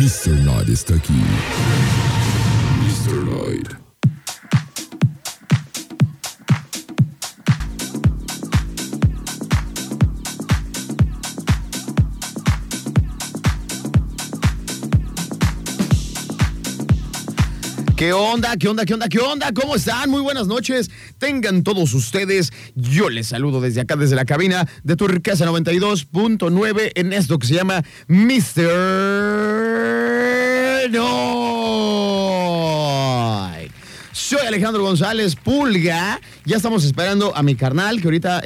Mr. Knight está aquí. Mr. Knight. ¿Qué onda? ¿Qué onda? ¿Qué onda? ¿Qué onda? ¿Cómo están? Muy buenas noches. Tengan todos ustedes. Yo les saludo desde acá, desde la cabina de Turquesa 92.9 en esto que se llama Mr. Night. Soy Alejandro González Pulga. Ya estamos esperando a mi carnal, que ahorita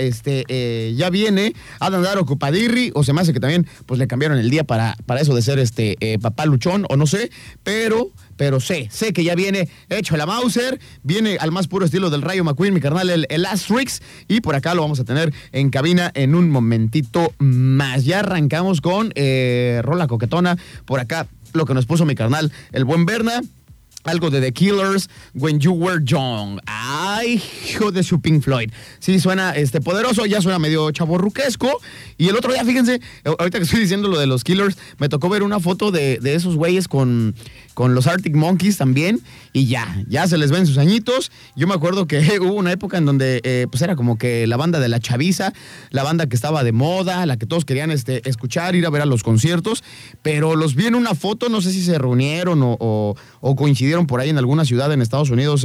ya viene. Ha de andar ocupadirri, o se me hace que también pues le cambiaron el día para eso de ser papá luchón, o no sé, pero sé que ya viene hecho la Mauser, viene al más puro estilo del Rayo McQueen, mi carnal, el Asterix, y por acá lo vamos a tener en cabina en un momentito más. Ya arrancamos con rola coquetona, por acá lo que nos puso mi carnal, el buen Berna. Algo de The Killers, When You Were Young. Ay, hijo de su Pink Floyd. Sí, suena poderoso, ya suena medio chavorruquesco. Y el otro día, fíjense, ahorita que estoy diciendo lo de los Killers, me tocó ver una foto de esos güeyes con los Arctic Monkeys también. Y ya se les ven sus añitos. Yo me acuerdo que hubo una época en donde pues era como que la banda de la chaviza, la banda que estaba de moda, la que todos querían escuchar, ir a ver a los conciertos. Pero los vi en una foto, no sé si se reunieron o coincidieron por ahí en alguna ciudad en Estados Unidos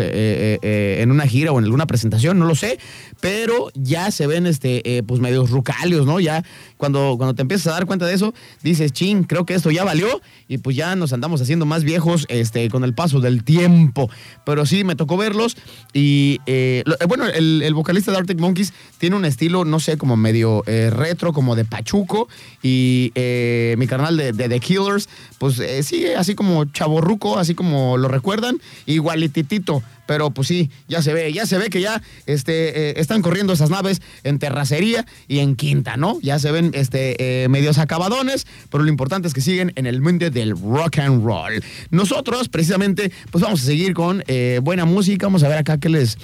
en una gira o en alguna presentación, no lo sé, pero ya se ven pues medios rucalios, ¿no? Ya cuando te empiezas a dar cuenta de eso, dices, chin, creo que esto ya valió, y pues ya nos andamos haciendo más viejos con el paso del tiempo. Pero sí, me tocó verlos, y bueno, el vocalista de Arctic Monkeys tiene un estilo, no sé, como medio retro, como de pachuco, y mi carnal de The Killers, pues sigue así como chavorruco, así como lo recuerdan, igualititito. Pero pues sí, ya se ve que ya están corriendo esas naves en terracería y en quinta, ¿no? Ya se ven medios acabadones, pero lo importante es que siguen en el mundo del rock and roll. Nosotros, precisamente, pues vamos a seguir con buena música. Vamos a ver acá qué les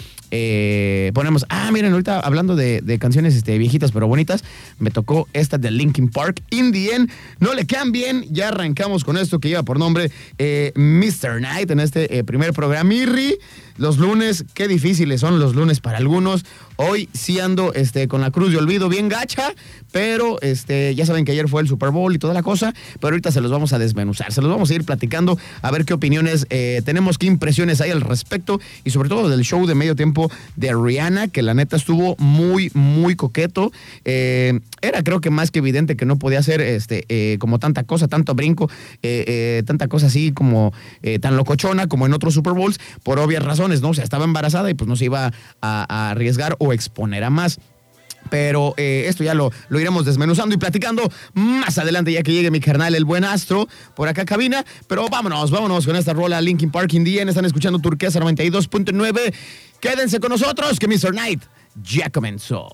ponemos. Miren, ahorita hablando de canciones viejitas pero bonitas, me tocó esta de Linkin Park, In the End. No le cambien, ya arrancamos con esto que lleva por nombre Mr. Night en este primer programa. Los lunes, qué difíciles son los lunes para algunos. Hoy sí ando con la cruz de olvido bien gacha, pero ya saben que ayer fue el Super Bowl y toda la cosa, pero ahorita se los vamos a desmenuzar, se los vamos a ir platicando, a ver qué opiniones tenemos, qué impresiones hay al respecto, y sobre todo del show de medio tiempo de Rihanna, que la neta estuvo muy, muy coqueto. Era creo que más que evidente que no podía hacer como tanta cosa, tanto brinco, tanta cosa así como tan locochona como en otros Super Bowls, por obvias razones, ¿no? O sea, estaba embarazada y pues no se iba a arriesgar o exponer a más. Pero esto ya lo iremos desmenuzando y platicando más adelante, ya que llegue mi carnal, el buen Astro, por acá cabina. Pero vámonos con esta rola Linkin Park In the End. Están escuchando Turquesa 92.9. Quédense con nosotros, que Mr. Night ya comenzó.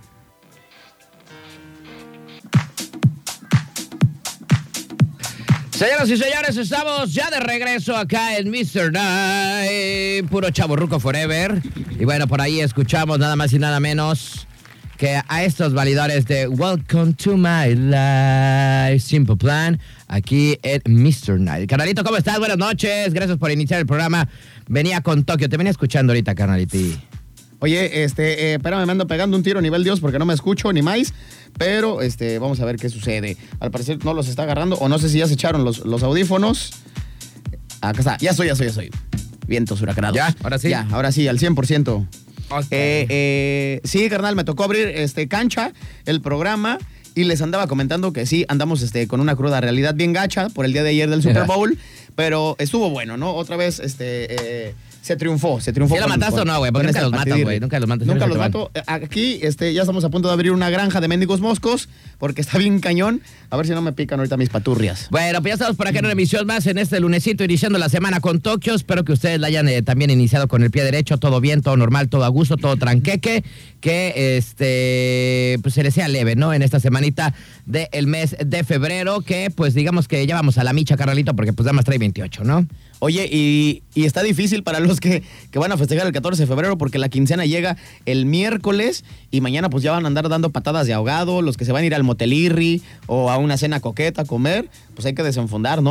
Señoras y señores, estamos ya de regreso acá en Mr. Night, puro chavorruco forever. Y bueno, por ahí escuchamos nada más y nada menos que a estos validores de Welcome to My Life, Simple Plan, aquí en Mr. Night. Carnalito, ¿cómo estás? Buenas noches, gracias por iniciar el programa. Venía con Tokio, te venía escuchando ahorita, carnalito. Oye, espérame, me ando pegando un tiro nivel Dios porque no me escucho ni más, pero vamos a ver qué sucede. Al parecer no los está agarrando, o no sé si ya se echaron los audífonos. Acá está, ya estoy. Vientos huracanados. ¿Ya? ¿Ahora sí? Ya, ahora sí, al 100%. Okay. Sí, carnal, me tocó abrir cancha, el programa, y les andaba comentando que sí, andamos con una cruda realidad bien gacha por el día de ayer del Super Bowl, pero estuvo bueno, ¿no? Otra vez, se triunfó. ¿Sí la mataste o no, güey? Porque nunca los matas, güey. Nunca los matas. Nunca los mato. Aquí ya estamos a punto de abrir una granja de mendigos moscos porque está bien cañón. A ver si no me pican ahorita mis paturrias. Bueno, pues ya estamos por acá en una emisión más en este lunesito, iniciando la semana con Tokio. Espero que ustedes la hayan también iniciado con el pie derecho. Todo bien, todo normal, todo a gusto, todo tranqueque. Que pues se les sea leve, ¿no? En esta semanita del mes de febrero, que pues digamos que ya vamos a la micha, carnalito, porque pues nada más trae 28, ¿no? Oye, y está difícil para los que van a festejar el 14 de febrero porque la quincena llega el miércoles y mañana pues ya van a andar dando patadas de ahogado. Los que se van a ir al motelirri o a una cena coqueta a comer, pues hay que desenfundar, ¿no?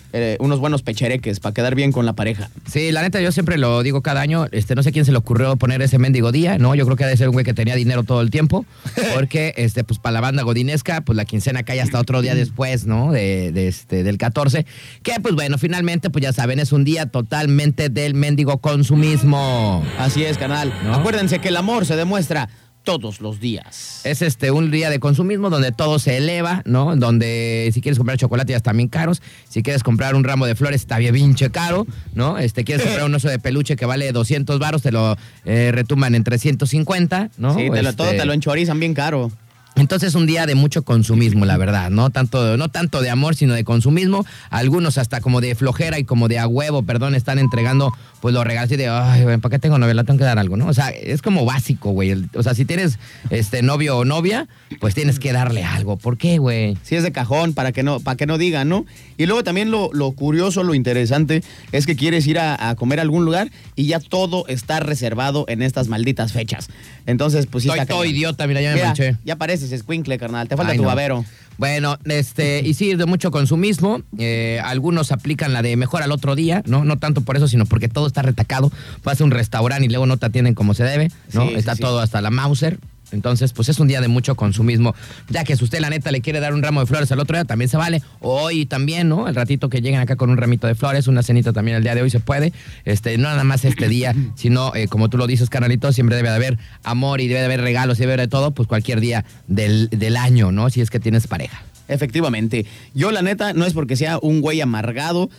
unos buenos pechereques para quedar bien con la pareja. Sí, la neta, yo siempre lo digo cada año, no sé quién se le ocurrió poner ese mendigo día, ¿no? Yo creo que ha de ser un güey que tenía dinero todo el tiempo, porque, pues para la banda godinesca, pues la quincena cae hasta otro día después, ¿no? Del 14, que pues bueno, finalmente, pues ya saben, es un día totalmente del mendigo consumismo. Así es, carnal. ¿No? Acuérdense que el amor se demuestra todos los días. Es un día de consumismo donde todo se eleva, ¿no? Donde si quieres comprar chocolate ya están bien caros, si quieres comprar un ramo de flores está bien pinche caro, ¿no? Quieres comprar un oso de peluche que vale 200 varos, te lo retumban en 350, ¿no? Sí, todo te lo enchorizan bien caro. Entonces es un día de mucho consumismo, la verdad, no tanto de amor, sino de consumismo. Algunos hasta como de flojera y como de a huevo, están entregando pues los regalos y de, ay, güey, ¿para qué tengo novia? Le tengo que dar algo, ¿no? O sea, es como básico, güey. O sea, si tienes novio o novia, pues tienes que darle algo. ¿Por qué, güey? Sí, es de cajón, para que no digan, ¿no? Y luego también lo curioso, lo interesante, es que quieres ir a comer a algún lugar y ya todo está reservado en estas malditas fechas. Entonces, pues sí. Estoy todo idiota, mira, ya me manché. Ya pareces escuincle, carnal. Te falta Ay, tu no. babero. Bueno, y sí, de mucho consumismo. Algunos aplican la de mejor al otro día, ¿no? No tanto por eso, sino porque todo está retacado. Vas a un restaurante y luego no te atienden como se debe, ¿no? Sí, Está sí. todo hasta la Mauser. Entonces, pues es un día de mucho consumismo. Ya que si usted, la neta, le quiere dar un ramo de flores al otro día, también se vale. Hoy también, ¿no? El ratito que lleguen acá con un ramito de flores, una cenita también el día de hoy se puede. No nada más este día, sino, como tú lo dices, carnalito, siempre debe de haber amor y debe de haber regalos y debe de haber de todo, pues cualquier día del año, ¿no? Si es que tienes pareja. Efectivamente. Yo, la neta, no es porque sea un güey amargado,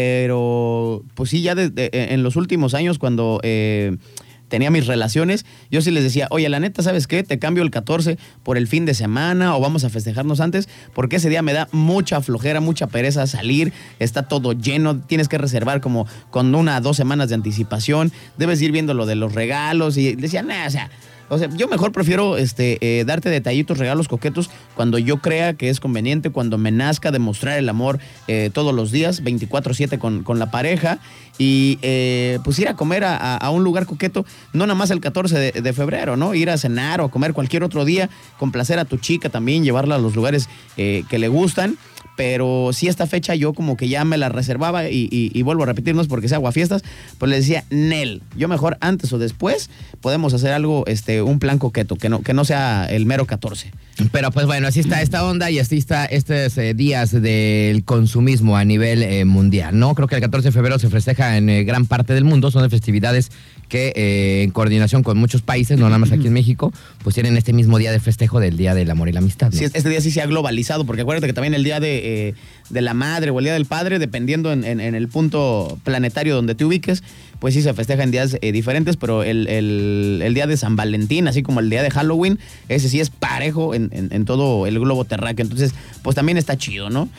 pero pues sí, ya en los últimos años, cuando tenía mis relaciones, yo sí les decía, oye, la neta, ¿sabes qué? Te cambio el 14 por el fin de semana o vamos a festejarnos antes, porque ese día me da mucha flojera, mucha pereza salir, está todo lleno, tienes que reservar como con 1 a 2 semanas de anticipación, debes ir viendo lo de los regalos, y decía, nah, o sea, yo mejor prefiero darte detallitos, regalos coquetos cuando yo crea que es conveniente, cuando me nazca demostrar el amor todos los días, 24/7 con la pareja, y pues ir a comer a un lugar coqueto, no nada más el 14 de febrero, ¿no? Ir a cenar o a comer cualquier otro día, complacer a tu chica también, llevarla a los lugares que le gustan. Pero sí, esta fecha yo como que ya me la reservaba y vuelvo a repetir, no es porque sea aguafiestas, pues le decía, Nel, yo mejor antes o después podemos hacer algo, un plan coqueto, que no sea el mero 14. Pero pues bueno, así está esta onda y así está estos días del consumismo a nivel mundial, ¿no? Creo que el 14 de febrero se festeja en gran parte del mundo, son de festividades que en coordinación con muchos países, no nada más aquí en México, pues tienen este mismo día de festejo del Día del Amor y la Amistad, ¿no? Sí, este día sí se ha globalizado, porque acuérdate que también el Día de la Madre o el Día del Padre, dependiendo en el punto planetario donde te ubiques, pues sí se festeja en días diferentes, pero el Día de San Valentín, así como el Día de Halloween, ese sí es parejo en todo el globo terráqueo. Entonces, pues también está chido, ¿no?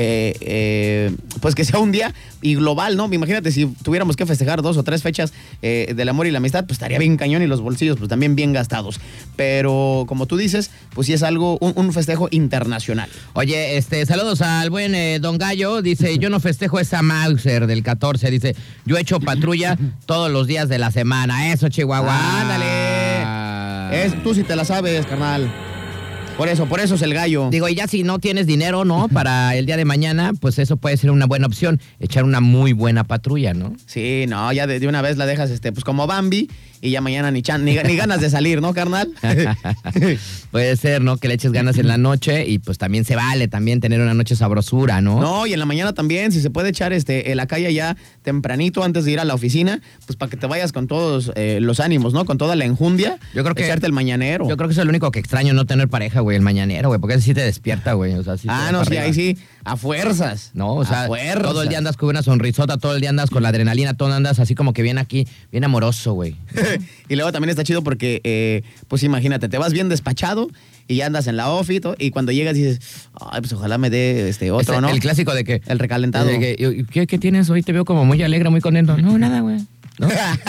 Pues que sea un día y global, ¿no? Imagínate si tuviéramos que festejar 2 o 3 fechas del amor y la amistad, pues estaría bien cañón y los bolsillos pues también bien gastados. Pero como tú dices, pues sí es algo, un festejo internacional. Oye, saludos al buen Don Gallo, dice, yo no festejo esa Mauser del 14, dice, yo echo patrulla todos los días de la semana. Eso, Chihuahua, ándale. Tú sí te la sabes, carnal. Por eso es el gallo. Digo, y ya si no tienes dinero, ¿no? Para el día de mañana, pues eso puede ser una buena opción. Echar una muy buena patrulla, ¿no? Sí, no, ya de una vez la dejas, pues como Bambi, y ya mañana ni ganas de salir, ¿no, carnal? Puede ser, ¿no? Que le eches ganas en la noche y pues también se vale también tener una noche sabrosura, ¿no? No, y en la mañana también, si se puede echar en la calle ya tempranito antes de ir a la oficina, pues para que te vayas con todos los ánimos, ¿no? Con toda la enjundia. Yo creo que echarte el mañanero. Yo creo que eso es lo único que extraño, no tener pareja, güey, el mañanero, güey, porque ese sí te despierta, güey. O sea, sí no, sí, ahí sí, a fuerzas. No, o sea, a fuerzas. Todo el día andas con una sonrisota, todo el día andas con la adrenalina, todo andas así como que bien aquí, bien amoroso, güey. Y luego también está chido porque, pues imagínate, te vas bien despachado y ya andas en la ofi y cuando llegas dices, ay, pues ojalá me dé otro, ¿no? El clásico de que... El recalentado. ¿Qué tienes hoy? Te veo como muy alegre, muy contento. No, nada, güey. ¿No?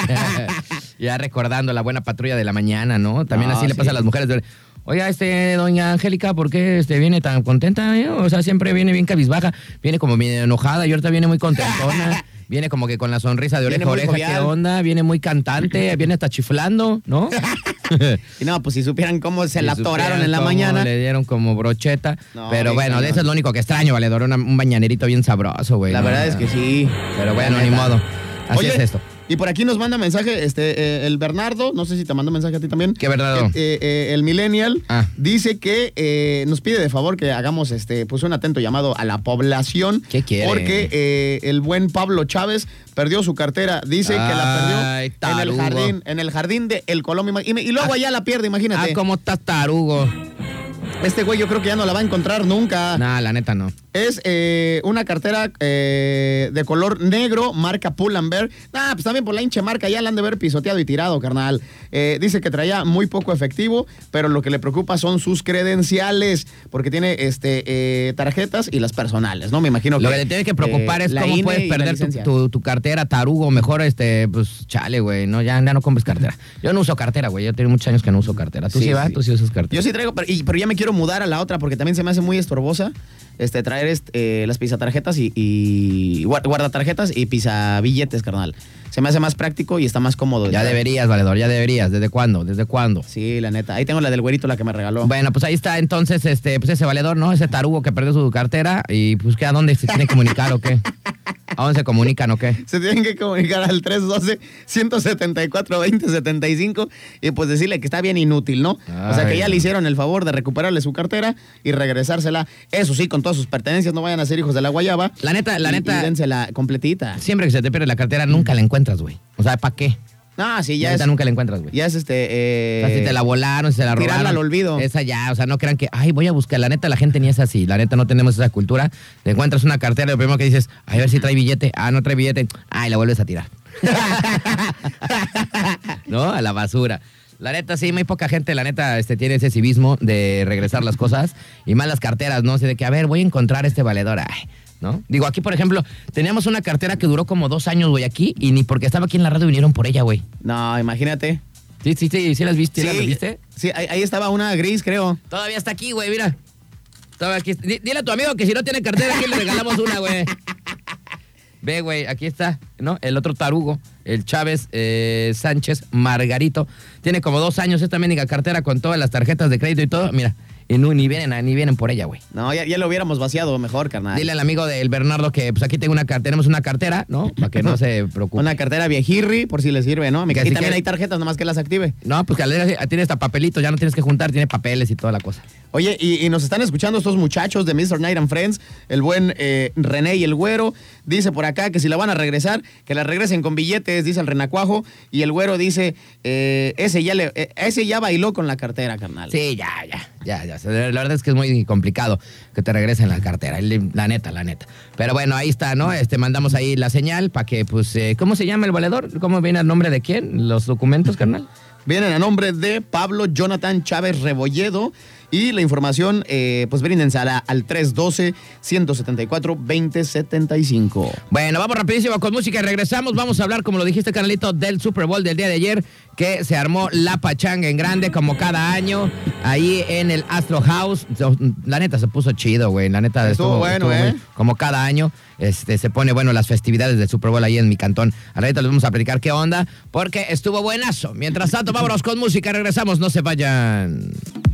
Ya recordando la buena patrulla de la mañana, ¿no? También así le pasa a las mujeres. Oiga, doña Angélica, ¿por qué viene tan contenta? O sea, siempre viene bien cabizbaja, viene como bien enojada y ahorita viene muy contentona. Viene como que con la sonrisa de oreja a oreja, ¿qué onda? Viene muy cantante, viene hasta chiflando, ¿no? Y no, pues si supieran cómo se la atoraron en la cómo mañana. Le dieron como brocheta. No, pero bueno, cabrón. eso es lo único que extraño, valedor. Un bañanerito bien sabroso, güey. La ¿no? verdad es que sí. Pero bueno, La ni neta. modo. Así Oye, es esto. Y por aquí nos manda mensaje el Bernardo, no sé si te mandó mensaje a ti también. ¿Qué Bernardo? El Millennial dice que nos pide de favor que hagamos pues un atento llamado a la población. ¿Qué quiere? Porque el buen Pablo Chávez perdió su cartera. Dice que la Ay, perdió en el jardín de El Colombo. Y luego allá la pierde, imagínate. Ah, ¿cómo estás, tarugo? Este güey yo creo que ya no la va a encontrar nunca. Nah, la neta no. Es una cartera de color negro, marca Pull&Bear. Pues también por la hinche marca ya la han de ver pisoteado y tirado, carnal. Dice que traía muy poco efectivo, pero lo que le preocupa son sus credenciales, porque tiene tarjetas y las personales, ¿no? Me imagino que... Lo que le tiene que preocupar es la cómo INE puedes y la perder licencia. tu cartera, tarugo. Mejor, pues, chale, güey. No, ya no compres cartera. Yo no uso cartera, güey. Yo tengo muchos años que no uso cartera. ¿Tú sí, vas? ¿Tú sí usas cartera? Yo sí traigo, pero ya me quiero mudar a la otra porque también se me hace muy estorbosa traer las pisatarjetas y guardatarjetas y pisabilletes, carnal. Se me hace más práctico y está más cómodo. Ya deberías, valedor, ya deberías. ¿Desde cuándo? ¿Desde cuándo? Sí, la neta. Ahí tengo la del güerito, la que me regaló. Bueno, pues ahí está entonces pues ese valedor, ¿no? Ese tarugo que perdió su cartera y pues ¿a dónde se tiene que comunicar o qué? ¿A dónde se comunican o qué? Se tienen que comunicar al 312-174-2075 y pues decirle que está bien inútil, ¿no? O sea, que ya le hicieron el favor de recuperarle su cartera y regresársela. Eso sí, con todas sus pertenencias, no vayan a ser hijos de la guayaba. La neta. Y dénsela completita. Siempre que se te pierde la cartera, nunca la encuentras, güey. O sea, ¿para qué? No, sí, La ya neta es... nunca la encuentras, güey. Ya es O sea, si te la volaron, si se la tirarla robaron. al olvido. Esa ya, o sea, no crean que, ay, voy a buscar. La neta, la gente ni es así. La neta, no tenemos esa cultura. Te encuentras una cartera y lo primero que dices, ay, a ver si trae billete. Ah, no trae billete. Ay, la vuelves a tirar. ¿No? A la basura. La neta, sí, muy poca gente, la neta, tiene ese civismo de regresar las cosas. Y más las carteras, ¿no? Así de que, a ver, voy a encontrar este valedor. Ay, ¿no? Digo, aquí, por ejemplo, teníamos una cartera que duró como 2 años, güey, aquí. Y ni porque estaba aquí en la radio vinieron por ella, güey. No, imagínate. Sí, las viste, ¿sí las viste? Sí, ahí estaba una gris, creo. Todavía está aquí, güey, mira. Todavía aquí. Dile a tu amigo que si no tiene cartera, aquí le regalamos una, güey. Ve, güey, aquí está, ¿no? El otro tarugo, el Chávez Sánchez Margarito. Tiene como 2 años esta mendiga cartera con todas las tarjetas de crédito y todo. Mira, y ni vienen por ella, güey. No, ya lo hubiéramos vaciado mejor, carnal. Dile al amigo del Bernardo que pues aquí tenemos una cartera, ¿no? Para que no se preocupe. Una cartera viejirri, por si le sirve, ¿no? Y Que también si hay tarjetas, nomás que las active. No, pues que tiene hasta papelitos, ya no tienes que juntar, tiene papeles y toda la cosa. Oye, y nos están escuchando estos muchachos de Mr. Night and Friends, el buen René y el güero. Dice por acá que si la van a regresar, que la regresen con billetes, dice el renacuajo. Y el güero dice, ese ya bailó con la cartera, carnal. Sí, ya. La verdad es que es muy complicado que te regresen la cartera, la neta. Pero bueno, ahí está, ¿no? Mandamos ahí la señal para que, pues, ¿cómo se llama el valedor? ¿Cómo viene el nombre de quién? ¿Los documentos, carnal? Vienen a nombre de Pablo Jonathan Chávez Rebolledo. Y la información, pues bríndensela al 312-174-2075. Bueno, vamos rapidísimo con música y regresamos. Vamos a hablar, como lo dijiste, canalito, del Super Bowl del día de ayer, que se armó la pachanga en grande, como cada año, ahí en el Astro House. La neta, se puso chido, güey. La neta, estuvo bueno, como cada año, se pone bueno las festividades del Super Bowl ahí en mi cantón. Ahorita les vamos a platicar qué onda, porque estuvo buenazo. Mientras tanto, vámonos con música y regresamos. No se vayan.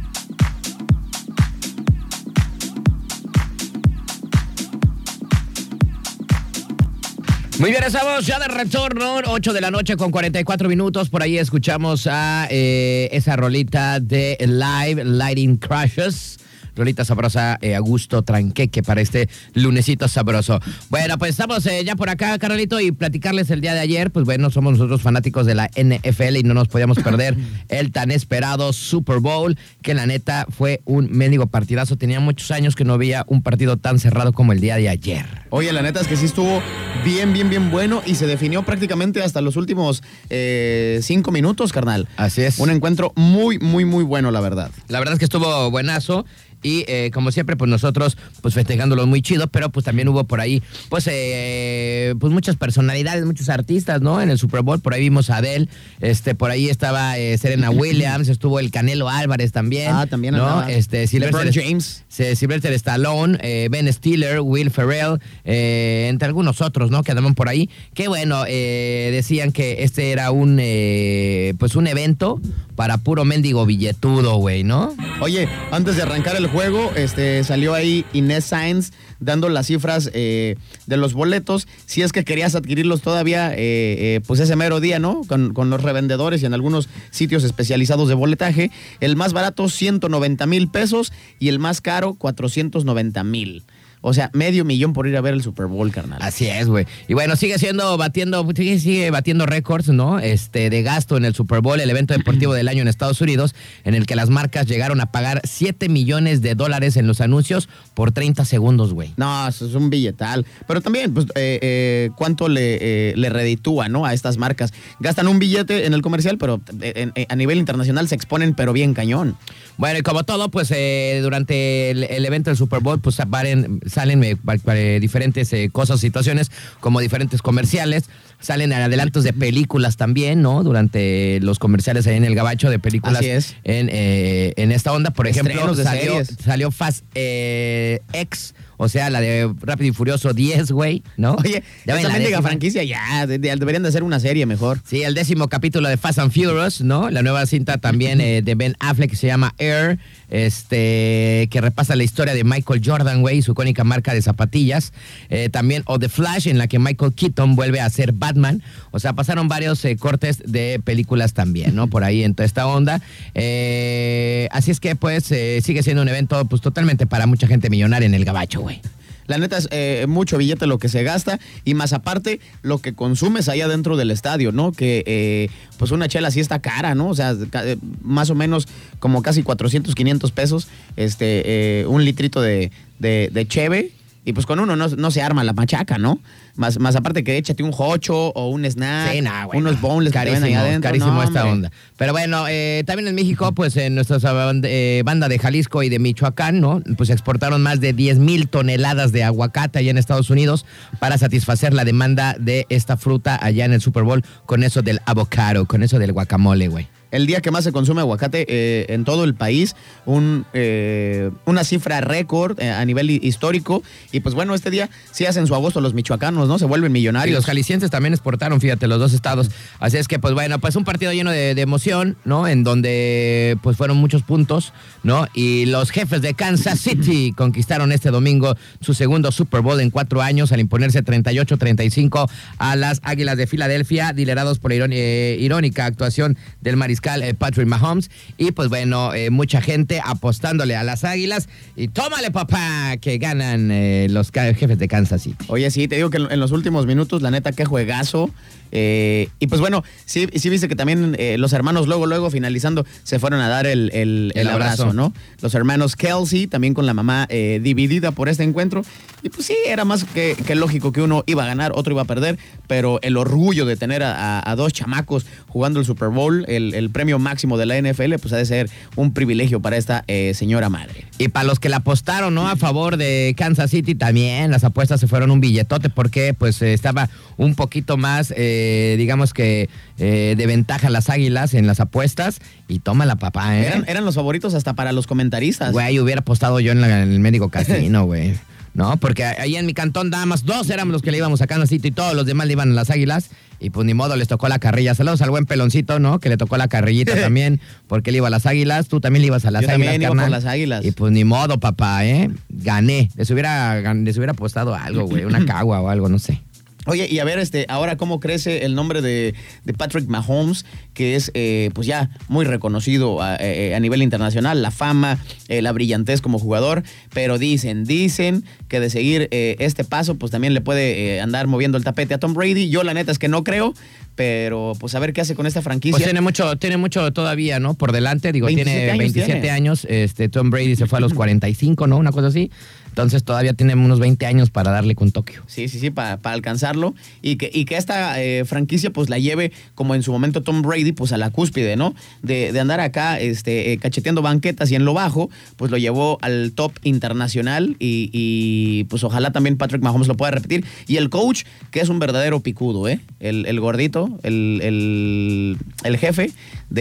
Muy bien, estamos ya de retorno, 8 de la noche con 44 minutos. Por ahí escuchamos a esa rolita de Lighting Crashes. Rolita sabrosa, a gusto, tranqueque para este lunesito sabroso. Bueno, pues estamos ya por acá, carnalito, y platicarles el día de ayer. Pues bueno, somos nosotros fanáticos de la NFL y no nos podíamos perder el tan esperado Super Bowl, que la neta fue un mendigo partidazo. Tenía muchos años que no había un partido tan cerrado como el día de ayer. Oye, la neta es que sí estuvo bien bueno y se definió prácticamente hasta los últimos 5 minutos, carnal. Así es. Un encuentro muy bueno, la verdad. La verdad es que estuvo buenazo. Y como siempre, pues nosotros, pues festejándolo muy chido, pero pues también hubo por ahí, pues muchas personalidades, muchos artistas, ¿no? En el Super Bowl, por ahí vimos a Adele, por ahí estaba Serena Williams, estuvo el Canelo Álvarez también. Ah, también ¿no? andaba. LeBron James. Sylvester Stallone, Ben Stiller, Will Ferrell, entre algunos otros, ¿no? Que andaban por ahí. Que bueno, decían que este era un evento para puro mendigo billetudo, güey, ¿no? Oye, antes de arrancar el juego, salió ahí Inés Sáenz dando las cifras de los boletos. Si es que querías adquirirlos todavía, pues ese mero día, ¿no? Con los revendedores y en algunos sitios especializados de boletaje. El más barato, 190,000 pesos y el más caro, 490,000. O sea, $500,000 por ir a ver el Super Bowl, carnal. Así es, güey. Y bueno, sigue batiendo récords, ¿no? De gasto en el Super Bowl, el evento deportivo del año en Estados Unidos, en el que las marcas llegaron a pagar $7 millones en los anuncios por 30 segundos, güey. No, eso es un billetal. Pero también, pues, ¿cuánto le reditúa, ¿no? A estas marcas. Gastan un billete en el comercial, pero a nivel internacional se exponen, pero bien cañón. Bueno, y como todo, pues, durante el evento del Super Bowl, pues, salen diferentes cosas, situaciones, como diferentes comerciales. Salen adelantos de películas también, ¿no? Durante los comerciales ahí en el Gabacho de películas. Así es. En esta onda. Por ejemplo, salió Fast X, o sea, la de Rápido y Furioso 10, güey, ¿no? Oye, esa mendiga franquicia ya, deberían de hacer una serie mejor. Sí, el 10º capítulo de Fast and Furious, ¿no? La nueva cinta también de Ben Affleck que se llama Air, que repasa la historia de Michael Jordan, güey, y su icónica marca de zapatillas. También The Flash, en la que Michael Keaton vuelve a ser Batman. O sea, pasaron varios cortes de películas también, ¿no? Por ahí en toda esta onda. Así es que, pues, sigue siendo un evento, pues, totalmente para mucha gente millonaria en el Gabacho, güey. La neta es mucho billete lo que se gasta y más aparte lo que consumes allá dentro del estadio, ¿no? Que pues una chela sí está cara, ¿no? O sea, más o menos como casi 400, 500 pesos, un litrito de cheve. Y pues con uno no se arma la machaca, ¿no? Más aparte que échate un jocho o un snack, sí, nah, güey, unos boneless que te ven ahí adentro. Carísimo no, esta hombre. onda. Pero bueno, también en México, pues en nuestra banda de Jalisco y de Michoacán, ¿no? Pues exportaron más de 10,000 toneladas de aguacate allá en Estados Unidos para satisfacer la demanda de esta fruta allá en el Super Bowl con eso del avocado, con eso del guacamole, güey. El día que más se consume aguacate en todo el país, una cifra récord a nivel histórico. Y pues bueno, este día sí hacen su agosto los michoacanos, ¿no? Se vuelven millonarios. Y los jaliscienses también exportaron, fíjate, los dos estados. Así es que, pues bueno, pues un partido lleno de emoción, ¿no? En donde, pues fueron muchos puntos, ¿no? Y los Jefes de Kansas City conquistaron este domingo su segundo Super Bowl en 4 años al imponerse 38-35 a las Águilas de Filadelfia, liderados por irónica actuación del mariscal Patrick Mahomes. Y pues bueno, mucha gente apostándole a las Águilas. Y tómale, papá, que ganan los Jefes de Kansas City. Oye, sí, te digo que en los últimos minutos, la neta, qué juegazo. Y pues bueno, sí viste que también los hermanos luego finalizando se fueron a dar el abrazo, ¿no? Los hermanos Kelsey, también con la mamá dividida por este encuentro. Y pues sí, era más que lógico que uno iba a ganar, otro iba a perder, pero el orgullo de tener a dos chamacos jugando el Super Bowl, el premio máximo de la NFL, pues ha de ser un privilegio para esta señora madre. Y para los que la apostaron, ¿no? A favor de Kansas City también, las apuestas se fueron un billetote porque pues estaba un poquito más, digamos que de ventaja las Águilas en las apuestas. Y toma la papá, ¿eh? Eran los favoritos hasta para los comentaristas. Güey, hubiera apostado yo en el médico casino, güey. No, porque ahí en mi cantón nada más 2 éramos los que le íbamos a Kansas City y todos los demás le iban a las Águilas. Y pues ni modo, les tocó la carrilla. Saludos al buen Peloncito, ¿no? Que le tocó la carrillita también, porque él iba a las Águilas. Tú también le ibas a las Yo Águilas, también iba carnal. por las Águilas. Y pues ni modo, papá, ¿eh? Gané. Les hubiera apostado algo, güey. Una cagua o algo, no sé. Oye, y a ver, ahora cómo crece el nombre de Patrick Mahomes, que es pues ya muy reconocido a nivel internacional, la fama, la brillantez como jugador, pero dicen que de seguir este paso, pues también le puede andar moviendo el tapete a Tom Brady. Yo la neta es que no creo, pero pues a ver qué hace con esta franquicia. Pues tiene mucho todavía, ¿no? Por delante, digo, 27 tiene 27 años. Tom Brady se fue a los 45, ¿no? Una cosa así. Entonces todavía tiene unos 20 años para darle con Tokio. Sí, para alcanzarlo y que esta franquicia pues la lleve como en su momento Tom Brady pues a la cúspide, ¿no? De andar acá cacheteando banquetas y en lo bajo pues lo llevó al top internacional y pues ojalá también Patrick Mahomes lo pueda repetir. Y el coach, que es un verdadero picudo, el gordito, Alonso, el jefe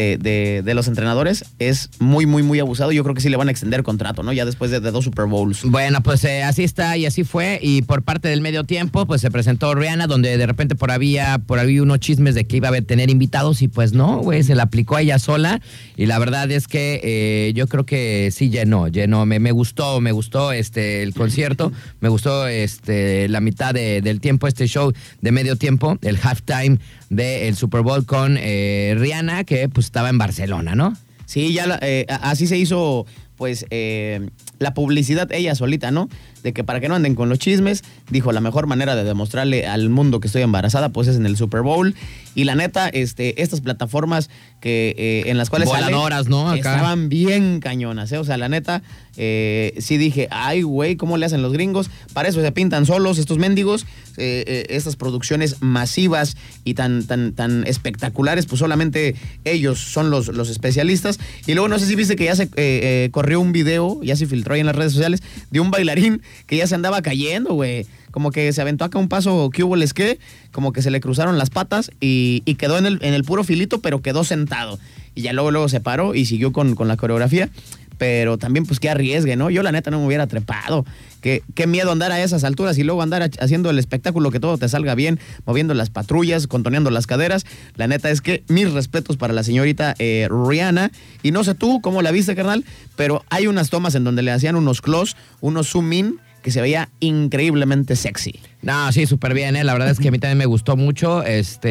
de los entrenadores, es muy, muy, muy abusado. Yo creo que sí le van a extender contrato, ¿no? Ya después de 2 Super Bowls. Bueno, pues así está y así fue. Y por parte del medio tiempo, pues se presentó Rihanna, donde de repente por ahí unos chismes de que iba a tener invitados y pues no, güey, se la aplicó a ella sola. Y la verdad es que yo creo que sí llenó. Me gustó el concierto, me gustó la mitad del tiempo, este show de medio tiempo, el halftime del Super Bowl con Rihanna, que pues estaba en Barcelona, ¿no? Sí, ya así se hizo, pues, la publicidad ella solita, ¿no? De que para que no anden con los chismes, dijo, la mejor manera de demostrarle al mundo que estoy embarazada, pues es en el Super Bowl. Y la neta, estas plataformas que en las cuales voladoras, sale, ¿no? Acá estaban bien cañonas, ¿eh? O sea, la neta, sí dije, ay, güey, ¿cómo le hacen los gringos? Para eso se pintan solos estos mendigos, estas producciones masivas y tan espectaculares, pues solamente ellos son los especialistas. Y luego no sé si viste que ya se corrió un video, ya se filtró ahí en las redes sociales, de un bailarín que ya se andaba cayendo, güey. Como que se aventó acá un paso que hubo les que, como que se le cruzaron las patas y quedó en el puro filito, pero quedó sentado. Y ya luego se paró y siguió con la coreografía. Pero también, pues, qué arriesgue, ¿no? Yo, la neta, no me hubiera trepado. Qué miedo andar a esas alturas y luego andar haciendo el espectáculo, que todo te salga bien, moviendo las patrullas, contoneando las caderas. La neta es que mis respetos para la señorita Rihanna. Y no sé tú cómo la viste, carnal, pero hay unas tomas en donde le hacían unos close, unos zoom in, que se veía increíblemente sexy. No, sí, súper bien, ¿eh? La verdad es que a mí también me gustó mucho.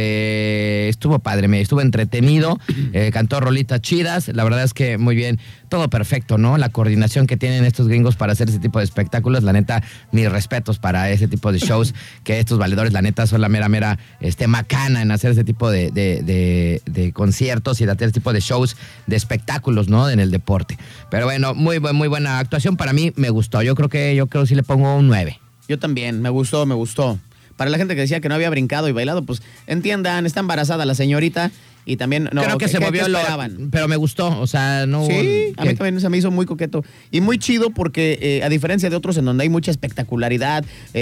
Estuvo padre, estuvo entretenido. Cantó rolitas chidas. La verdad es que muy bien. Todo perfecto, ¿no? La coordinación que tienen estos gringos para hacer ese tipo de espectáculos. La neta, mis respetos para ese tipo de shows. Que estos valedores, la neta, son la mera macana en hacer ese tipo de conciertos y de hacer ese tipo de shows, de espectáculos, ¿no? En el deporte. Pero bueno, muy buena actuación. Para mí me gustó. Yo creo que sí le pongo un 9. Yo también, me gustó. Para la gente que decía que no había brincado y bailado, pues entiendan, está embarazada la señorita y también... No, creo que se movió pero me gustó, o sea, no... Sí, a mí también se me hizo muy coqueto y muy chido porque a diferencia de otros en donde hay mucha espectacularidad,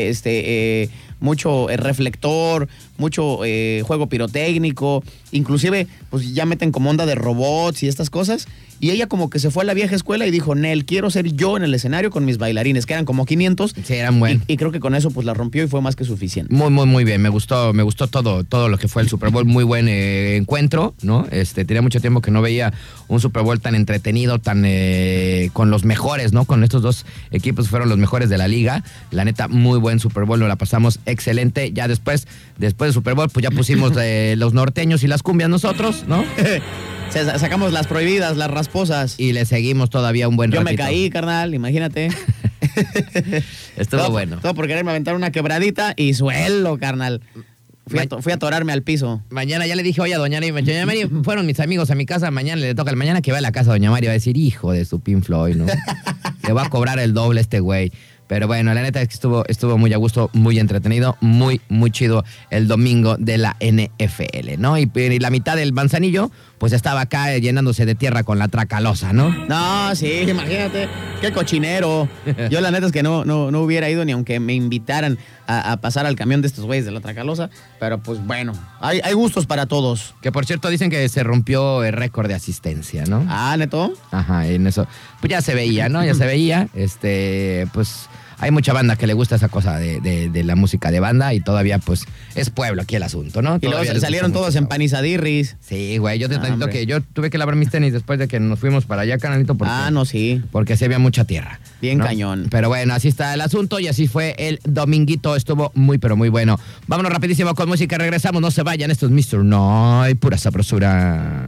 mucho reflector, mucho juego pirotécnico, inclusive pues ya meten como onda de robots y estas cosas. Y ella como que se fue a la vieja escuela y dijo, Nel, quiero ser yo en el escenario con mis bailarines, que eran como 500. Sí, eran buenos. Y creo que con eso pues la rompió y fue más que suficiente. Muy bien. Me gustó todo lo que fue el Super Bowl. Muy buen encuentro, ¿no? Tenía mucho tiempo que no veía un Super Bowl tan entretenido, tan con los mejores, ¿no? Con estos dos equipos fueron los mejores de la liga. La neta, muy buen Super Bowl, nos la pasamos excelente. Ya después del Super Bowl, pues ya pusimos los norteños y las cumbias nosotros, ¿no? Sacamos las prohibidas, las rasposas. Y le seguimos todavía un buen ratito. Yo me caí, carnal, imagínate. Estuvo bueno. Todo por quererme aventar una quebradita y suelo, carnal. Fui a atorarme al piso. Mañana ya le dije, oye, doña Mari, fueron mis amigos a mi casa, mañana le toca, mañana que va a la casa doña Mari, va a decir, hijo de su Pink Floyd, ¿no? Le va a cobrar el doble este güey. Pero bueno, la neta es que estuvo muy a gusto, muy entretenido, muy chido el domingo de la NFL, ¿no? Y la mitad del Manzanillo, pues estaba acá llenándose de tierra con la Tracalosa, ¿no? No, sí, imagínate, qué cochinero. Yo la neta es que no hubiera ido ni aunque me invitaran a pasar al camión de estos güeyes de la Tracalosa, pero pues bueno, hay gustos para todos. Que por cierto dicen que se rompió el récord de asistencia, ¿no? Ah, ¿neto? Ajá, en eso, pues ya se veía, ¿no? Ya se veía, pues... Hay mucha banda que le gusta esa cosa de la música de banda y todavía, pues, es pueblo aquí el asunto, ¿no? Y luego salieron todos empanizadírris. Sí, güey, yo tuve que lavar mis tenis después de que nos fuimos para allá, canalito, porque... no, sí. Porque se había mucha tierra. Bien, ¿no? Cañón. Pero bueno, así está el asunto y así fue el dominguito, estuvo pero muy bueno. Vámonos rapidísimo con música, regresamos, no se vayan, esto es Mr. Night, pura sabrosura.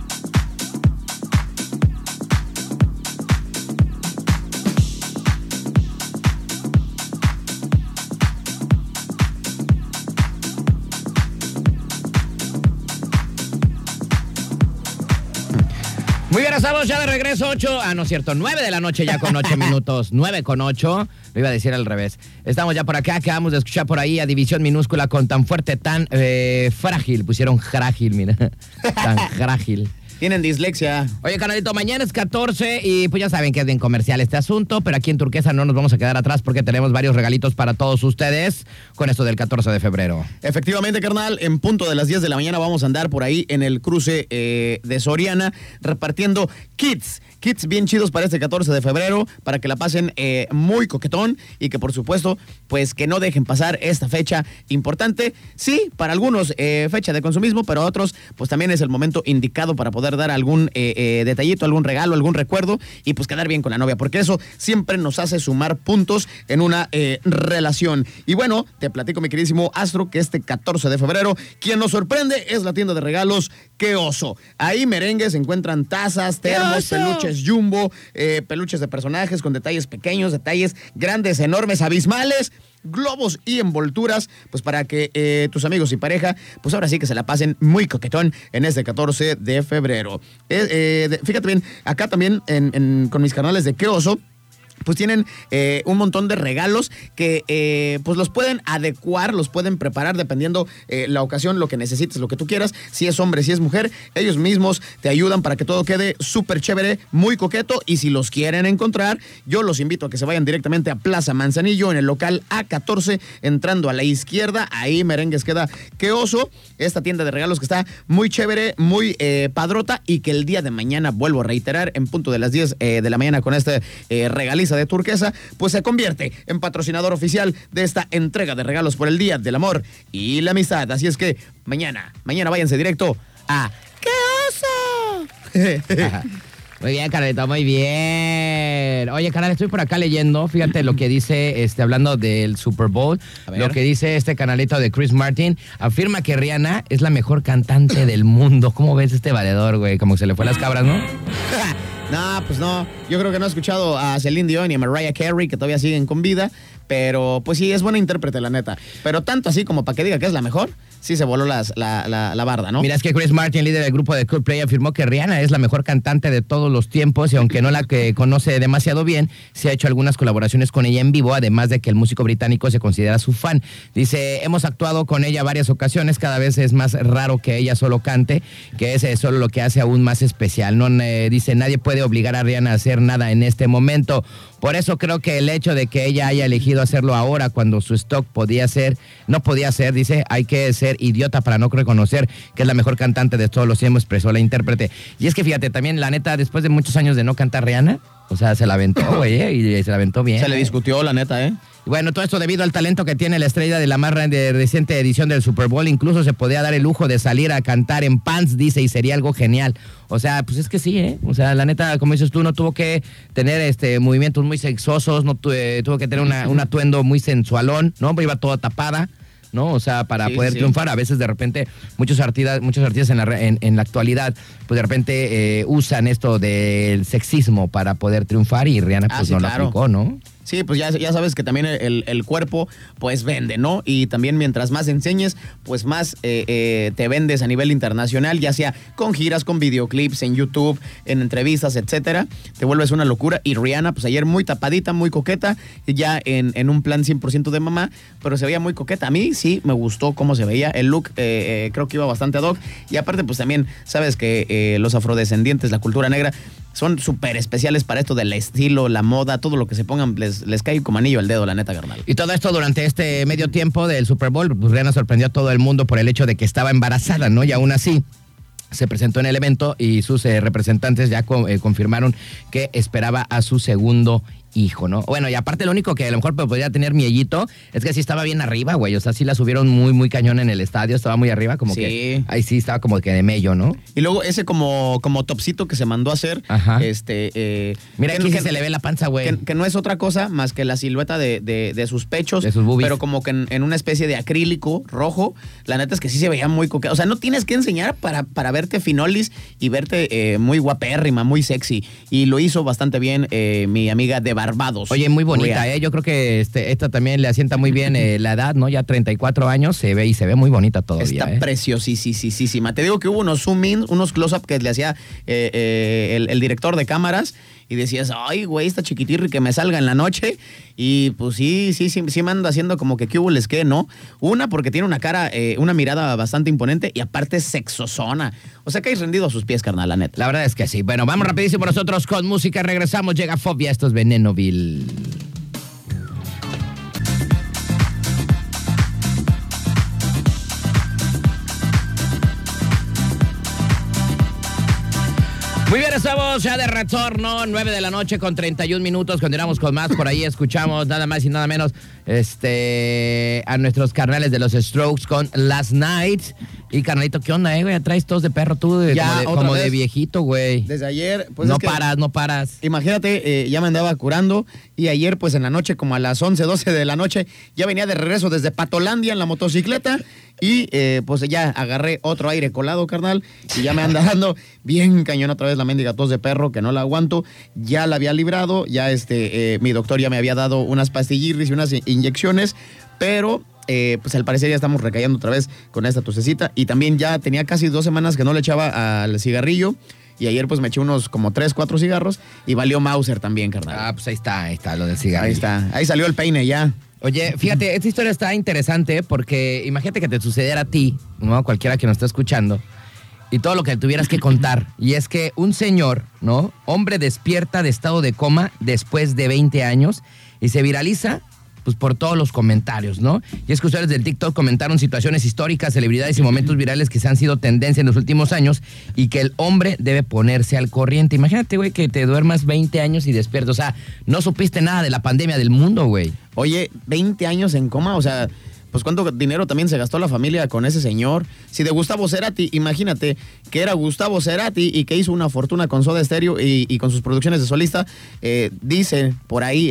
Muy bien, estamos ya de regreso, 9 de la noche ya con 8 minutos, 9 con 8, lo iba a decir al revés. Estamos ya por acá, acabamos de escuchar por ahí a División Minúscula con Tan Fuerte, Tan Frágil, pusieron frágil, mira, tan frágil. Tienen dislexia. Oye, canalito, mañana es 14 y pues ya saben que es bien comercial este asunto, pero aquí en Turquesa no nos vamos a quedar atrás porque tenemos varios regalitos para todos ustedes con esto del 14 de febrero. Efectivamente, carnal, en punto de las 10 de la mañana vamos a andar por ahí en el cruce de Soriana repartiendo kits bien chidos para este 14 de febrero, para que la pasen muy coquetón y que por supuesto, pues que no dejen pasar esta fecha importante. Sí, para algunos fecha de consumismo, pero otros pues también es el momento indicado para poder dar algún detallito, algún regalo, algún recuerdo y pues quedar bien con la novia, porque eso siempre nos hace sumar puntos en una relación. Y bueno, te platico, mi queridísimo Astro, que este 14 de febrero, quien nos sorprende es la tienda de regalos Qué Oso. Ahí merengues, se encuentran tazas, termos, peluches jumbo, peluches de personajes con detalles pequeños, detalles grandes, enormes, abismales, globos y envolturas, pues para que tus amigos y pareja, pues ahora sí que se la pasen muy coquetón en este 14 de febrero. Fíjate bien, acá también con mis canales de Qué Oso, pues tienen un montón de regalos que pues los pueden adecuar, los pueden preparar dependiendo la ocasión, lo que necesites, lo que tú quieras. Si es hombre, si es mujer, ellos mismos te ayudan para que todo quede súper chévere, muy coqueto. Y si los quieren encontrar, yo los invito a que se vayan directamente a Plaza Manzanillo, en el local A14, entrando a la izquierda. Ahí, merengues, queda Qué Oso, esta tienda de regalos que está muy chévere, muy padrota, y que el día de mañana, vuelvo a reiterar, en punto de las 10 de la mañana con este regaliza de Turquesa, pues se convierte en patrocinador oficial de esta entrega de regalos por el Día del Amor y la Amistad. Así es que mañana váyanse directo a ¡Qué Oso! Muy bien, Carlito, muy bien. Oye, canal, estoy por acá leyendo, fíjate lo que dice, hablando del Super Bowl, lo que dice este canalito de Chris Martin, afirma que Rihanna es la mejor cantante del mundo. ¿Cómo ves este valedor, güey? Como que se le fue las cabras, ¿no? No, pues no. Yo creo que no he escuchado a Celine Dion y a Mariah Carey, que todavía siguen con vida. Pero, pues sí, es buena intérprete, la neta. Pero tanto así como para que diga que es la mejor, sí se voló la barda, ¿no? Mira, es que Chris Martin, líder del grupo de Coldplay, afirmó que Rihanna es la mejor cantante de todos los tiempos y aunque no la que conoce demasiado bien, se ha hecho algunas colaboraciones con ella en vivo, además de que el músico británico se considera su fan. Dice, hemos actuado con ella varias ocasiones, cada vez es más raro que ella solo cante, que es solo lo que hace aún más especial. No, dice, nadie puede obligar a Rihanna a hacer nada en este momento. Por eso creo que el hecho de que ella haya elegido hacerlo ahora cuando su stock no podía ser, dice, hay que ser idiota para no reconocer que es la mejor cantante de todos los tiempos, expresó la intérprete. Y es que fíjate, también la neta, después de muchos años de no cantar Rihanna, o sea, se la aventó, güey, y se la aventó bien. Se le discutió, la neta, ¿eh? Bueno, todo esto debido al talento que tiene la estrella de la más reciente edición del Super Bowl. Incluso se podía dar el lujo de salir a cantar en pants, dice, y sería algo genial. O sea, pues es que sí, ¿eh? O sea, la neta, como dices tú, no tuvo que tener movimientos muy sexosos, no tuvo que tener un atuendo muy sensualón, ¿no? Iba toda tapada, ¿no? O sea, para poder triunfar. A veces, de repente, muchos artistas en la actualidad, pues de repente usan esto del sexismo para poder triunfar y Rihanna pues no lo aplicó, ¿no? Sí, pues ya sabes que también el cuerpo pues vende, ¿no? Y también mientras más enseñes, pues más te vendes a nivel internacional, ya sea con giras, con videoclips, en YouTube, en entrevistas, etcétera. Te vuelves una locura. Y Rihanna, pues ayer muy tapadita, muy coqueta, ya en un plan 100% de mamá, pero se veía muy coqueta. A mí sí me gustó cómo se veía. El look creo que iba bastante ad hoc. Y aparte, pues también sabes que los afrodescendientes, la cultura negra, son súper especiales para esto del estilo, la moda, todo lo que se pongan les cae como anillo al dedo, la neta, carnal. Y todo esto durante este medio tiempo del Super Bowl, pues Rihanna sorprendió a todo el mundo por el hecho de que estaba embarazada, ¿no? Y aún así se presentó en el evento y sus representantes ya confirmaron que esperaba a su segundo hijo, ¿no? Bueno, y aparte lo único que a lo mejor podría tener miellito es que sí estaba bien arriba, güey. O sea, sí la subieron muy, muy cañón en el estadio. Estaba muy arriba, como que... Ahí sí estaba como que de mello, ¿no? Y luego ese como topsito que se mandó a hacer. Ajá. Mira, aquí sí se le ve la panza, güey. Que no es otra cosa más que la silueta de sus pechos. De sus boobies. Pero como que en una especie de acrílico rojo. La neta es que sí se veía muy coqueta. O sea, no tienes que enseñar para verte finolis y verte muy guapérrima, muy sexy. Y lo hizo bastante bien mi amiga de Barbados. Oye, muy bonita, ¿eh? Yo creo que esta también le asienta muy bien la edad, ¿no? Ya 34 años, se ve muy bonita todavía. Está preciosísima. Te digo que hubo unos zoom-in, unos close-up que le hacía el director de cámaras y decías, ay, güey, esta chiquitirri que me salga en la noche. Y pues sí me anda haciendo como que qué hubo les qué, ¿no? Una, porque tiene una cara, una mirada bastante imponente y aparte sexosona. O sea, que hay rendido a sus pies, carnal, la neta. La verdad es que sí. Bueno, vamos rapidísimo nosotros con música. Regresamos. Llega Fobia. Esto es Venenoville. Muy bien, estamos ya de retorno, 9 de la noche con 31 minutos, continuamos con más, por ahí escuchamos nada más y nada menos a nuestros carnales de los Strokes con Last Night. Y carnalito, ¿qué onda, güey? Traes tos de perro tú, como de viejito, güey. Desde ayer, pues no paras. Imagínate, ya me andaba curando y ayer, pues en la noche, como a las 11, 12 de la noche, ya venía de regreso desde Patolandia en la motocicleta y pues ya agarré otro aire colado, carnal, y ya me anda dando bien cañón otra vez la mendiga tos de perro, que no la aguanto. Ya la había librado, ya mi doctor ya me había dado unas pastillirris y unas inyecciones, pero pues al parecer ya estamos recayendo otra vez con esta tosecita. Y también ya tenía casi 2 semanas que no le echaba al cigarrillo. Y ayer pues me eché unos como 3, 4 cigarros y valió Mauser también, carnal. Ah, pues ahí está lo del cigarrillo. Ahí está, ahí salió el peine ya. Oye, fíjate, esta historia está interesante porque imagínate que te sucediera a ti, ¿no? Cualquiera que nos esté escuchando, y todo lo que tuvieras que contar. Y es que un señor, ¿no? Hombre despierta de estado de coma después de 20 años y se viraliza pues por todos los comentarios, ¿no? Y es que usuarios del TikTok comentaron situaciones históricas, celebridades y momentos virales que se han sido tendencia en los últimos años y que el hombre debe ponerse al corriente. Imagínate, güey, que te duermas 20 años y despiertas. O sea, no supiste nada de la pandemia del mundo, güey. Oye, 20 años en coma, o sea, pues cuánto dinero también se gastó la familia con ese señor. Si de Gustavo Cerati, imagínate que era Gustavo Cerati y que hizo una fortuna con Soda Stereo y con sus producciones de solista, dice por ahí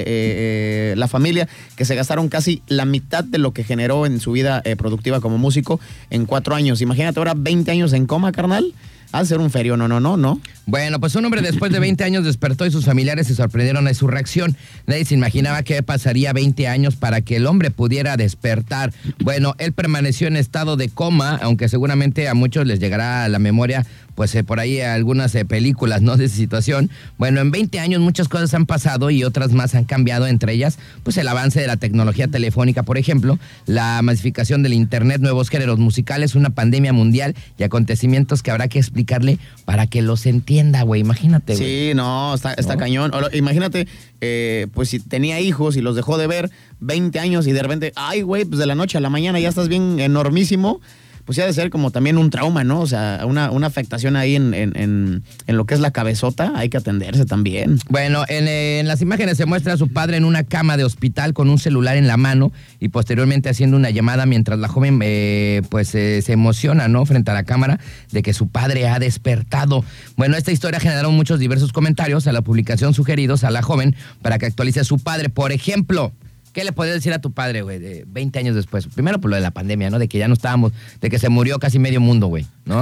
la familia que se gastaron casi la mitad de lo que generó en su vida productiva como músico en 4 años. Imagínate ahora 20 años en coma, carnal. Ha de ser un ferio, no. Bueno, pues un hombre después de 20 años despertó y sus familiares se sorprendieron de su reacción. Nadie se imaginaba que pasaría 20 años para que el hombre pudiera despertar. Bueno, él permaneció en estado de coma, aunque seguramente a muchos les llegará a la memoria, pues por ahí algunas películas, ¿no? De esa situación. Bueno, en 20 años muchas cosas han pasado y otras más han cambiado, entre ellas, pues el avance de la tecnología telefónica, por ejemplo, la masificación del internet, nuevos géneros musicales, una pandemia mundial y acontecimientos que habrá que explicarle para que los entienda, güey. Imagínate, güey. Sí, no, está cañón. Imagínate, pues si tenía hijos y los dejó de ver 20 años y de repente, ay, güey, pues de la noche a la mañana ya estás bien enormísimo. Pues ya ha de ser como también un trauma, ¿no? O sea, una afectación ahí en lo que es la cabezota, hay que atenderse también. Bueno, en las imágenes se muestra a su padre en una cama de hospital con un celular en la mano y posteriormente haciendo una llamada mientras la joven se emociona, ¿no? Frente a la cámara de que su padre ha despertado. Bueno, esta historia generó muchos diversos comentarios a la publicación sugeridos a la joven para que actualice a su padre. Por ejemplo, ¿qué le podrías decir a tu padre, güey, de 20 años después? Primero, por lo de la pandemia, ¿no? De que ya no estábamos, de que se murió casi medio mundo, güey, ¿no?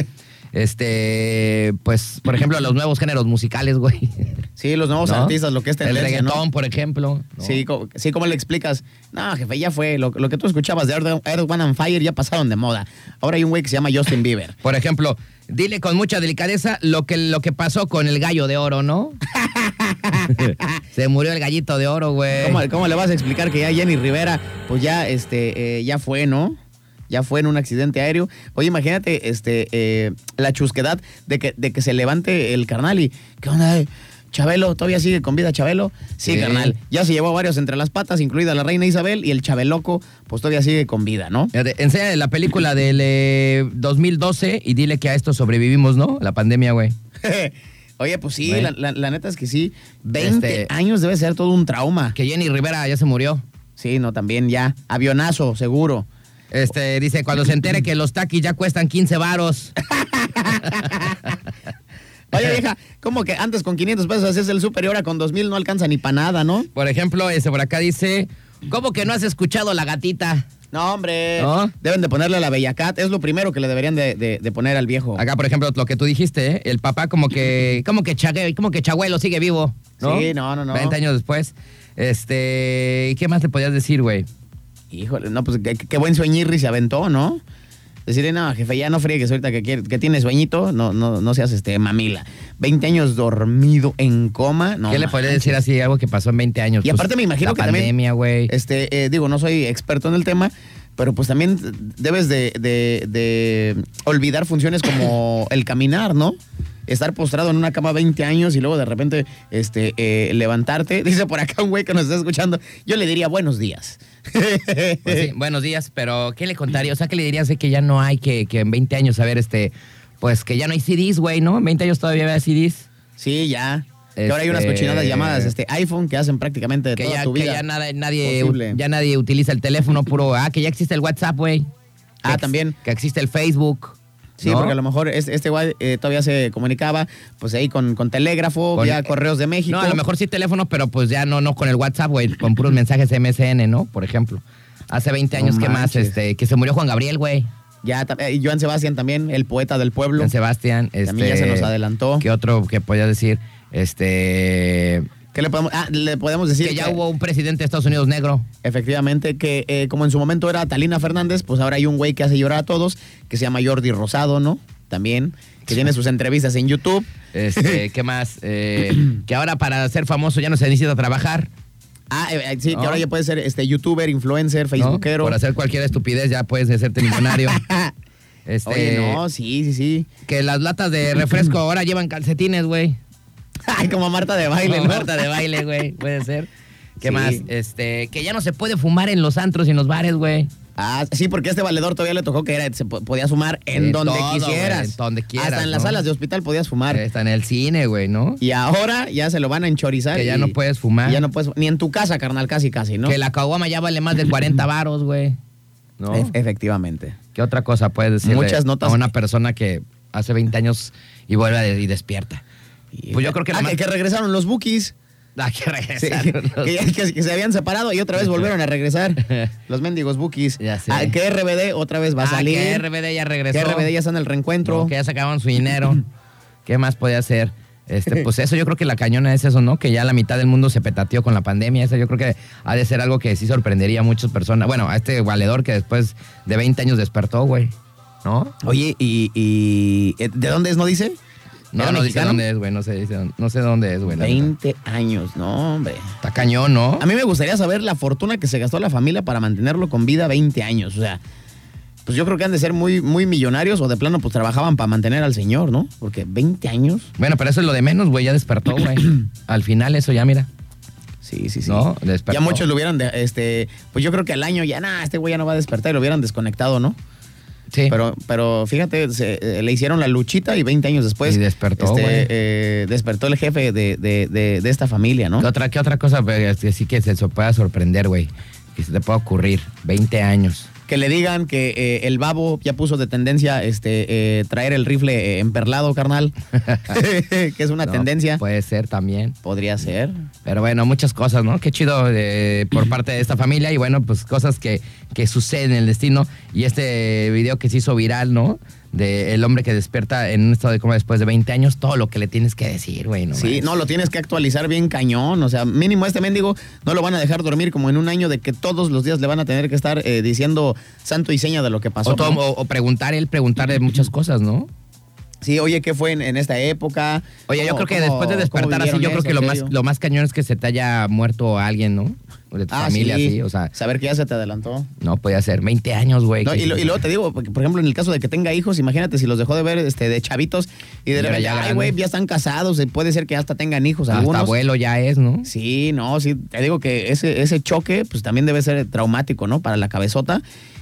Pues, por ejemplo, los nuevos géneros musicales, güey. Sí, los nuevos artistas, lo que es tendencia, el reggaetón, ¿no? Por ejemplo, ¿no? Sí, ¿cómo le explicas? No, jefe, ya fue. Lo que tú escuchabas de Earth, Wind and Fire ya pasaron de moda. Ahora hay un güey que se llama Justin Bieber. Por ejemplo, dile con mucha delicadeza lo que pasó con el gallo de oro, ¿no? Se murió el gallito de oro, güey. ¿Cómo le vas a explicar que ya Jenny Rivera, pues ya, ya fue, ¿no? Ya fue en un accidente aéreo. Oye, imagínate, la chusquedad de que se levante el carnal y, ¿qué onda? Chabelo, ¿todavía sigue con vida Chabelo? Sí, carnal. Ya se llevó a varios entre las patas, incluida la reina Isabel, y el Chabeloco, pues todavía sigue con vida, ¿no? Enséñale la película del 2012 y dile que a esto sobrevivimos, ¿no? La pandemia, güey. Oye, pues sí, la neta es que sí. 20 años debe ser todo un trauma. Que Jenny Rivera ya se murió. Sí, no, también ya. Avionazo, seguro. Dice, cuando se entere que los taquis ya cuestan 15 varos. Oye, vieja, ¿cómo que antes con 500 pesos hacías el súper y ahora con 2,000 no alcanza ni para nada, ¿no? Por ejemplo, por acá dice, ¿cómo que no has escuchado La Gatita? No, hombre. ¿No? Deben de ponerle a la Bella Cat. Es lo primero que le deberían de poner al viejo. Acá, por ejemplo, lo que tú dijiste, el papá como que Chabuelo sigue vivo, ¿no? Sí, no. 20 años después. ¿Qué más le podías decir, güey? Híjole, no, pues qué buen sueñirri se aventó, ¿no? Decirle, no, jefe, ya no friegues ahorita que tienes sueñito, no seas mamila. 20 años dormido en coma, no. ¿Qué le podría decir así? Algo que pasó en 20 años. Y aparte me imagino la que pandemia, güey. digo, no soy experto en el tema, pero pues también debes de olvidar funciones como el caminar, ¿no? Estar postrado en una cama 20 años y luego de repente levantarte. Dice por acá un güey que nos está escuchando, yo le diría buenos días. Pues sí, buenos días, pero ¿qué le contaría? O sea, ¿qué le dirías de que ya no hay, que en 20 años, a ver, pues que ya no hay CDs, güey, ¿no? En 20 años todavía había CDs. Sí, ya. Que ahora hay unas cochinadas llamadas iPhone que hacen prácticamente que toda ya, tu vida. Que ya nadie utiliza el teléfono puro. Que ya existe el WhatsApp, güey. También. Que existe el Facebook. Sí, ¿no? porque a lo mejor este güey todavía se comunicaba pues ahí con telégrafo, vía Correos de México. No, a lo mejor sí teléfono, pero pues ya no con el WhatsApp, güey, con puros mensajes MSN, ¿no? Por ejemplo. Hace 20 años, ¿qué más? Que se murió Juan Gabriel, güey. Ya, y Joan Sebastián también, el poeta del pueblo. Joan Sebastián. También ya se nos adelantó. ¿Qué otro que podías decir? ¿Qué le podemos decir? Que ya hubo un presidente de Estados Unidos negro. Efectivamente, que como en su momento era Talina Fernández, pues ahora hay un güey que hace llorar a todos, que se llama Jordi Rosado, ¿no? También, que tiene sus entrevistas en YouTube. ¿Qué más? Que ahora para ser famoso ya no se necesita trabajar. Sí, que ahora ya puedes ser youtuber, influencer, facebookero. Por hacer cualquier estupidez ya puedes hacerte millonario. Oye, no, sí. Que las latas de refresco ahora llevan calcetines, güey. Ay, como Marta de baile, ¿no? Marta de baile, güey, puede ser. ¿Qué más? Que ya no se puede fumar en los antros y en los bares, güey. Sí, porque a este valedor todavía le tocó que se podía fumar en donde quisieras. Güey, en donde quieras. Hasta en las salas de hospital podías fumar. Hasta en el cine, güey, ¿no? Y ahora ya se lo van a enchorizar. Que ya no puedes fumar. Ya no puedes, ni en tu casa, carnal, casi, ¿no? Que la caguama ya vale más de 40 varos, güey. ¿No? Efectivamente. ¿Qué otra cosa puedes decir? Muchas notas. A una persona que hace 20 años y vuelve y despierta. Pues yo creo que que regresaron los Bookies. Que regresaron. Sí, que se habían separado y otra vez volvieron a regresar. Los mendigos Bookies. Ya sé. Que RBD otra vez va a salir. Que RBD ya regresó. Que RBD ya está en el reencuentro. No, que ya sacaban su dinero. ¿Qué más podía hacer? Pues eso, yo creo que la cañona es eso, ¿no? Que ya la mitad del mundo se petateó con la pandemia. Eso yo creo que ha de ser algo que sí sorprendería a muchas personas. Bueno, a este valedor que después de 20 años despertó, güey. ¿No? Oye, ¿y de dónde es, no dice? No dice dónde es, güey. No sé dónde es, güey. 20 años, no, hombre. Está cañón, ¿no? A mí me gustaría saber la fortuna que se gastó la familia para mantenerlo con vida 20 años. O sea, pues yo creo que han de ser muy, muy millonarios o de plano pues trabajaban para mantener al señor, ¿no? Porque 20 años. Bueno, pero eso es lo de menos, güey. Ya despertó, güey. Al final eso ya, mira. Sí. ¿No? Despertó. Ya muchos lo hubieran, pues yo creo que al año ya, este güey ya no va a despertar y lo hubieran desconectado, ¿no? Sí. Pero fíjate, le hicieron la luchita y 20 años después. Y despertó, güey. Despertó el jefe de esta familia, ¿no? ¿Qué otra cosa sí que se pueda sorprender, güey? Que se te pueda ocurrir. 20 años. Que le digan que el babo ya puso de tendencia traer el rifle emperlado, carnal. Que es una tendencia. Puede ser también. Podría ser. Pero bueno, muchas cosas, ¿no? Qué chido por parte de esta familia y bueno, pues cosas que suceden en el destino. Y este video que se hizo viral, ¿no? De el hombre que despierta en un estado de coma después de 20 años, todo lo que le tienes que decir, güey. Sí, no, lo tienes que actualizar bien cañón. O sea, mínimo este mendigo no lo van a dejar dormir como en un año de que todos los días le van a tener que estar diciendo santo y seña de lo que pasó. O preguntarle muchas cosas, ¿no? Sí, oye, ¿qué fue en esta época? Oye, yo creo que después de despertar así, yo creo que lo más cañón es que se te haya muerto alguien, ¿no? De tu familia, sí. O sea, saber que ya se te adelantó. No, podía ser 20 años, güey. No, y luego te digo, por ejemplo, en el caso de que tenga hijos, imagínate si los dejó de ver de chavitos y de repente, güey, ya están casados, puede ser que hasta tengan hijos algunos. Hasta abuelo ya es, ¿no? Sí, te digo que ese choque, pues también debe ser traumático, ¿no? Para la cabezota.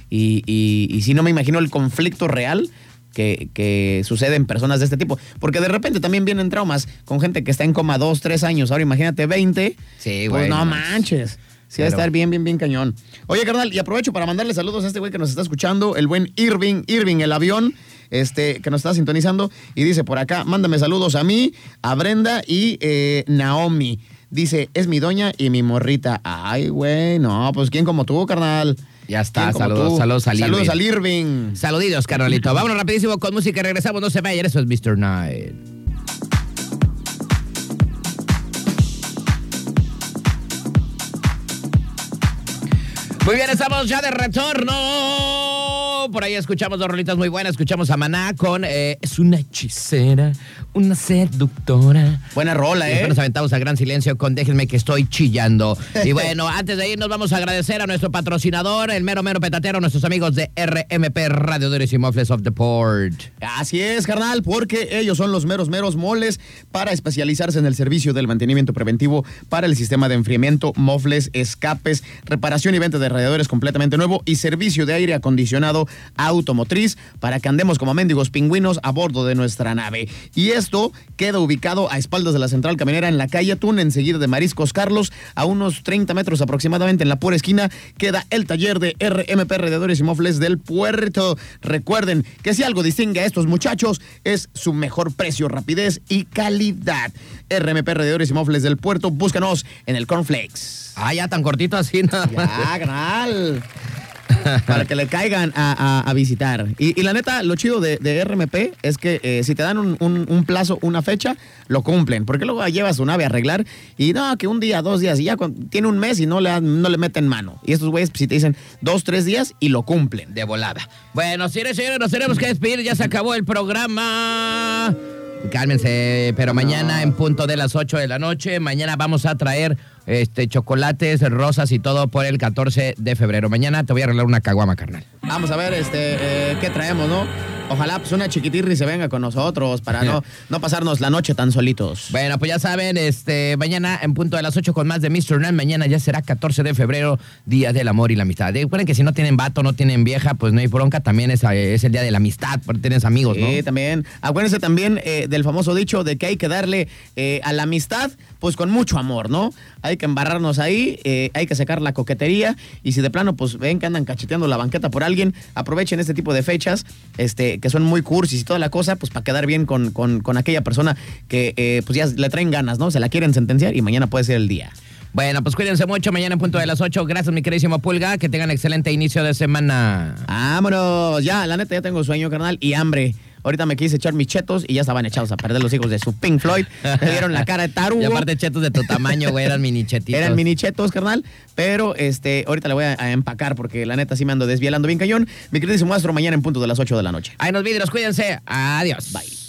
Y sí, no me imagino el conflicto real que sucede en personas de este tipo. Porque de repente también vienen traumas con gente que está en coma 2, 3 años. Ahora imagínate 20. Sí, güey. Pues no manches. Sí, va a estar bien cañón. Oye, carnal, y aprovecho para mandarle saludos a este güey que nos está escuchando, el buen Irving el avión, que nos está sintonizando. Y dice por acá, mándame saludos a mí, a Brenda y Naomi. Dice, es mi doña y mi morrita. Ay, güey, no, pues ¿quién como tú, carnal? Ya está, saludos al Irving. Saludos al Irving. Saluditos, carnalito. Vámonos rapidísimo con música y regresamos. No se vayan, eso es Mr. Night. Muy bien, estamos ya de retorno Por ahí escuchamos dos rolitas muy buenas. Escuchamos a Maná con Es una hechicera, una seductora. Buena rola, Y después nos aventamos a Gran Silencio con Déjenme que estoy chillando. Y bueno, antes de irnos vamos a agradecer a nuestro patrocinador, el mero petatero, nuestros amigos de RMP, Radiadores y Mofles of the Port. Así es, carnal, porque ellos son los meros moles para especializarse en el servicio del mantenimiento preventivo para el sistema de enfriamiento, mofles, escapes, reparación y venta de radiadores completamente nuevo y servicio de aire acondicionado automotriz para que andemos como mendigos pingüinos a bordo de nuestra nave. Y esto queda ubicado a espaldas de la central camionera en la calle Atún, enseguida de Mariscos Carlos, a unos 30 metros aproximadamente en la pura esquina, queda el taller de RMP Radiadores y Mofles del Puerto. Recuerden que si algo distingue a estos muchachos es su mejor precio, rapidez y calidad. RMP Radiadores y Mofles del Puerto, búscanos en el Cornflakes. Ah, ya tan cortito así, nada más. Ya, canal. Para que le caigan a visitar. Y la neta, lo chido de RMP es que si te dan un plazo, una fecha, lo cumplen. Porque luego llevas su nave a arreglar y no, que un día, 2 días, y ya tiene un mes y no le meten mano. Y estos güeyes, si te dicen 2, 3 días y lo cumplen. De volada. Bueno, señores, nos tenemos que despedir. Ya se acabó el programa. Cálmense, pero mañana en punto de las 8 de la noche, mañana vamos a traer chocolates, rosas y todo por el 14 de febrero. Mañana te voy a arreglar una caguama, carnal. Vamos a ver qué traemos, ¿no? Ojalá pues una chiquitirri se venga con nosotros para no pasarnos la noche tan solitos. Bueno, pues ya saben, mañana en punto de las 8 con más de Mr. Nan. Mañana ya será 14 de febrero, Día del Amor y la Amistad. Recuerden que si no tienen vato, no tienen vieja, pues no hay bronca. También es el Día de la Amistad, porque tienes amigos, ¿no? Sí, también. Acuérdense también del famoso dicho de que hay que darle a la amistad, pues con mucho amor, ¿no? Hay que embarrarnos ahí, hay que sacar la coquetería y si de plano pues ven que andan cacheteando la banqueta por alguien, aprovechen este tipo de fechas, que son muy cursis y toda la cosa, pues para quedar bien con aquella persona que pues ya le traen ganas, ¿no? Se la quieren sentenciar y mañana puede ser el día. Bueno, pues cuídense mucho, mañana en punto de las 8. Gracias, mi queridísimo Pulga, que tengan excelente inicio de semana. Vámonos, ya, la neta ya tengo sueño, carnal, y hambre. Ahorita me quise echar mis chetos y ya estaban echados a perder los hijos de su Pink Floyd. Me dieron la cara de tarugo. Y aparte chetos de tu tamaño, güey, eran mini chetitos. Eran mini chetos, carnal. Pero ahorita le voy a empacar porque la neta sí me ando desvielando bien cañón. Mi queridísimo Astro, mañana en punto de las 8 de la noche. Ahí nos vidrios, cuídense. Adiós. Bye.